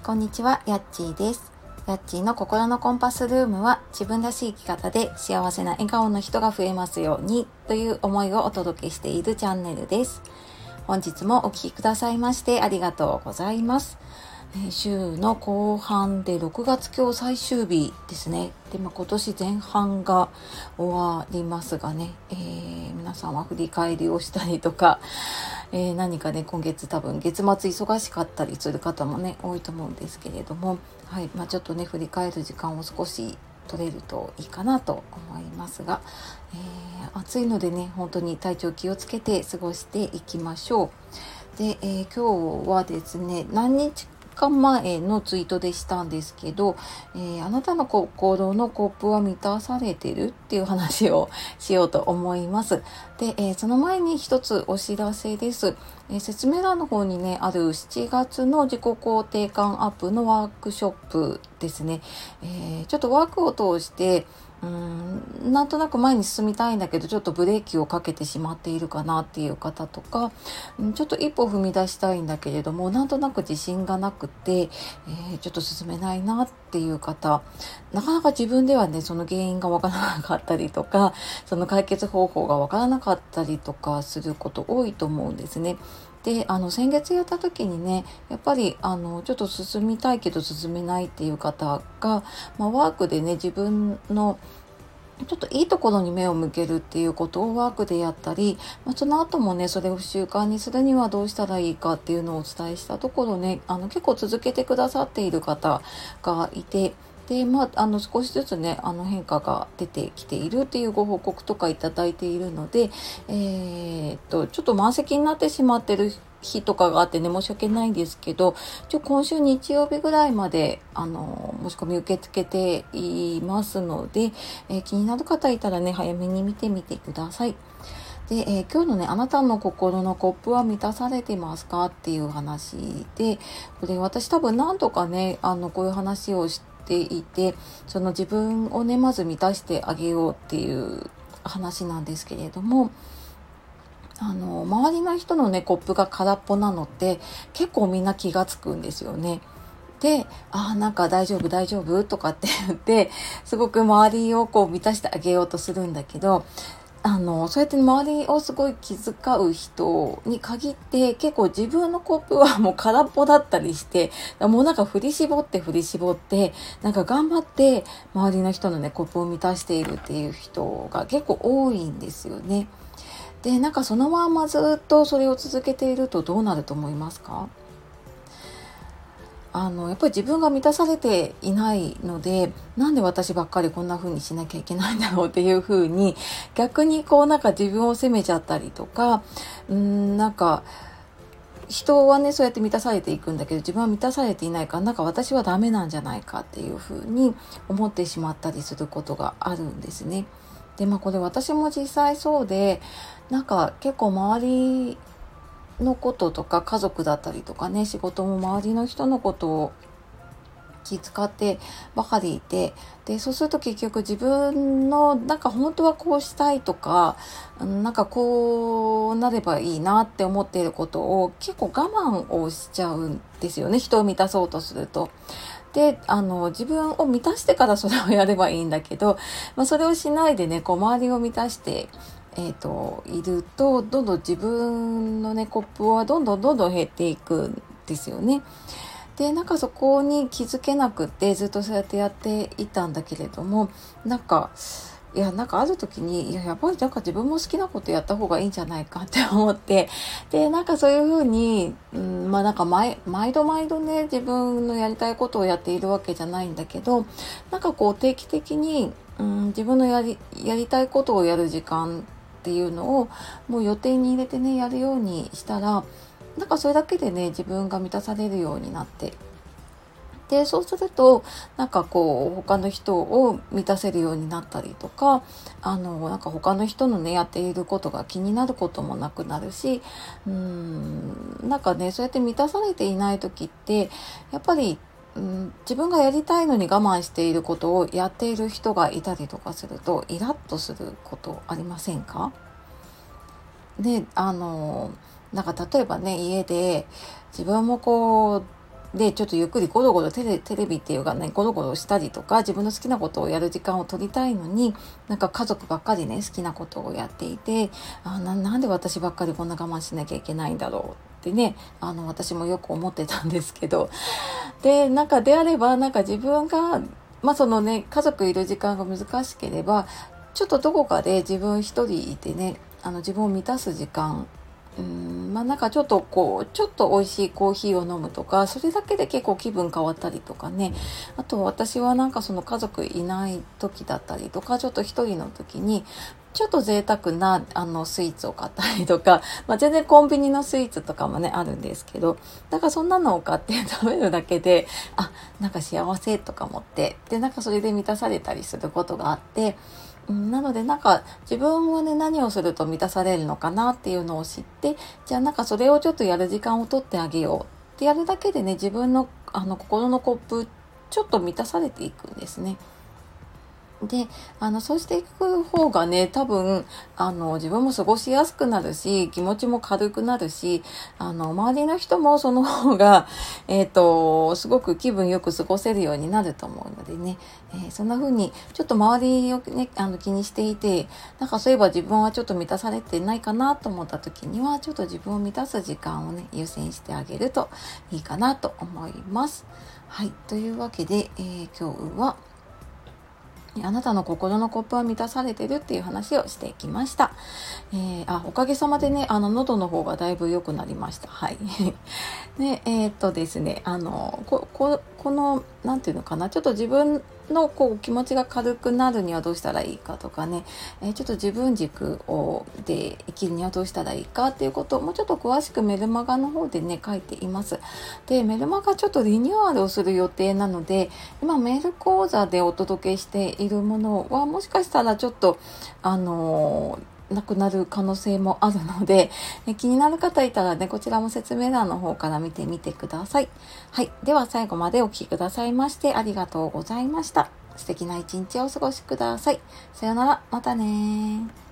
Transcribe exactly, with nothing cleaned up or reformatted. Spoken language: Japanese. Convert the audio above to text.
こんにちは、やっちーです。やっちーの心のコンパスルームは、自分らしい生き方で幸せな笑顔の人が増えますようにという思いをお届けしているチャンネルです。本日もお聞きくださいましてありがとうございます。えー、週の後半でろくがつ今日最終日ですね。で、まあ、今年前半が終わりますがね、えー、皆さんは振り返りをしたりとか、えー、何かね今月多分月末忙しかったりする方もね多いと思うんですけれども、はい、まあ、ちょっとね振り返る時間を少し取れるといいかなと思いますが、えー、暑いのでね本当に体調気をつけて過ごしていきましょう。で、えー、今日はですね何日か前のツイートでしたんですけど、えー、あなたの行動のコップは満たされてるっていう話をしようと思います。で、えー、その前に一つお知らせです。えー、説明欄の方にねあるしちがつの自己肯定感アップのワークショップですね、えー、ちょっとワークを通してうーんなんとなく前に進みたいんだけどちょっとブレーキをかけてしまっているかなっていう方とか、ちょっと一歩踏み出したいんだけれどもなんとなく自信がなくて、えー、ちょっと進めないなっていう方、なかなか自分ではねその原因がわからなかったりとかその解決方法がわからなかったりとかすること多いと思うんですね。で、あの先月やった時にねやっぱりあのちょっと進みたいけど進めないっていう方が、まあ、ワークでね自分のちょっといいところに目を向けるっていうことをワークでやったり、まあ、その後もねそれを習慣にするにはどうしたらいいかっていうのをお伝えしたところねあの結構続けてくださっている方がいて、で、まあ、あの少しずつねあの変化が出てきているっていうご報告とかいただいているので、えー、っとちょっと満席になってしまってる日とかがあってね申し訳ないんですけど、ちょ今週日曜日ぐらいまであの申し込み受け付けていますので、えー、気になる方いたらね早めに見てみてください。で、えー、今日のねあなたの心のコップは満たされてますかっていう話で、これ私多分何度かねあのこういう話をしていて、その自分をねまず満たしてあげようっていう話なんですけれども、あの周りの人のねコップが空っぽなのって結構みんな気がつくんですよね。で、あなんか大丈夫大丈夫とかって言ってすごく周りをこう満たしてあげようとするんだけど、あのそうやって周りをすごい気遣う人に限って結構自分のコップはもう空っぽだったりして、もうなんか振り絞って振り絞ってなんか頑張って周りの人のねコップを満たしているっていう人が結構多いんですよね。で、なんかそのままずっとそれを続けているとどうなると思いますか？あのやっぱり自分が満たされていないので、なんで私ばっかりこんな風にしなきゃいけないんだろうっていう風に逆にこうなんか自分を責めちゃったりとか、うーんなんか人はねそうやって満たされていくんだけど自分は満たされていないからなんか私はダメなんじゃないかっていう風に思ってしまったりすることがあるんですね。で、まあこれ私も実際そうで、なんか結構周りのこととか家族だったりとかね仕事も周りの人のことを気遣ってばかりいて、でそうすると結局自分のなんか本当はこうしたいとかなんかこうなればいいなって思っていることを結構我慢をしちゃうんですよね、人を満たそうとすると。で、あの自分を満たしてからそれをやればいいんだけど、まあ、それをしないでねこう周りを満たしてえーと、いるとどんどん自分のねコップはどんどんどんどん減っていくんですよね。で、なんかそこに気づけなくってずっとそうやってやっていたんだけれども、なんかいやなんかある時にいややっぱりなんか自分も好きなことやった方がいいんじゃないかって思って、でなんかそういうふうに、うん、まあなんか毎毎度毎度ね自分のやりたいことをやっているわけじゃないんだけど、なんかこう定期的に、うん、自分のやりやりたいことをやる時間っていうのをもう予定に入れてねやるようにしたら、なんかそれだけでね自分が満たされるようになって、でそうするとなんかこう他の人を満たせるようになったりとか、あのなんか他の人のねやっていることが気になることもなくなるし、うーんなんかねそうやって満たされていない時ってやっぱりうん、自分がやりたいのに我慢していることをやっている人がいたりとかするとイラッとすることありませんか？で、あのなんか例えばね家で自分もこうでちょっとゆっくりゴロゴロテレ、テレビっていうかね、ゴロゴロしたりとか、自分の好きなことをやる時間を取りたいのに、なんか家族ばっかりね、好きなことをやっていて、あな、なんで私ばっかりこんな我慢しなきゃいけないんだろうってね、あの、私もよく思ってたんですけど、で、なんかであれば、なんか自分が、まあそのね、家族いる時間が難しければ、ちょっとどこかで自分一人でね、あの自分を満たす時間、うーんまあなんかちょっとこうちょっと美味しいコーヒーを飲むとか、それだけで結構気分変わったりとかね。あと私はなんかその家族いない時だったりとか、ちょっと一人の時にちょっと贅沢なあのスイーツを買ったりとか、まあ、全然コンビニのスイーツとかもねあるんですけど、だからそんなのを買って食べるだけで、あ、なんか幸せとか思って、でなんかそれで満たされたりすることがあって、うん、なのでなんか自分はね、何をすると満たされるのかなっていうのを知って、じゃあなんかそれをちょっとやる時間を取ってあげようってやるだけでね、自分のあの心のコップちょっと満たされていくんですね。で、あの、そうしていく方がね、多分、あの、自分も過ごしやすくなるし、気持ちも軽くなるし、あの、周りの人もその方が、えっと、すごく気分よく過ごせるようになると思うのでね、えーそんな風に、ちょっと周りをね、あの、気にしていて、なんかそういえば自分はちょっと満たされてないかなと思った時には、ちょっと自分を満たす時間をね、優先してあげるといいかなと思います。はい。というわけで、えー今日は、あなたの心のコップは満たされてるっていう話をしてきました。えー、あ、おかげさまでね、あの、喉の方がだいぶ良くなりました。はい。で、えーっとですね、あの、こ、こ、この、なんていうのかな、ちょっと自分のこう気持ちが軽くなるにはどうしたらいいかとかね、えーちょっと自分軸をで生きるにはどうしたらいいかっていうことをもうちょっと詳しくメルマガの方でね、書いています。で、メルマガちょっとリニューアルをする予定なので、今メール講座でお届けしているものはもしかしたらちょっと、あのーなくなる可能性もあるので、え気になる方いたらね、こちらも説明欄の方から見てみてください。はい。では最後までお聞きくださいましてありがとうございました。素敵な一日をお過ごしください。さよなら。またね。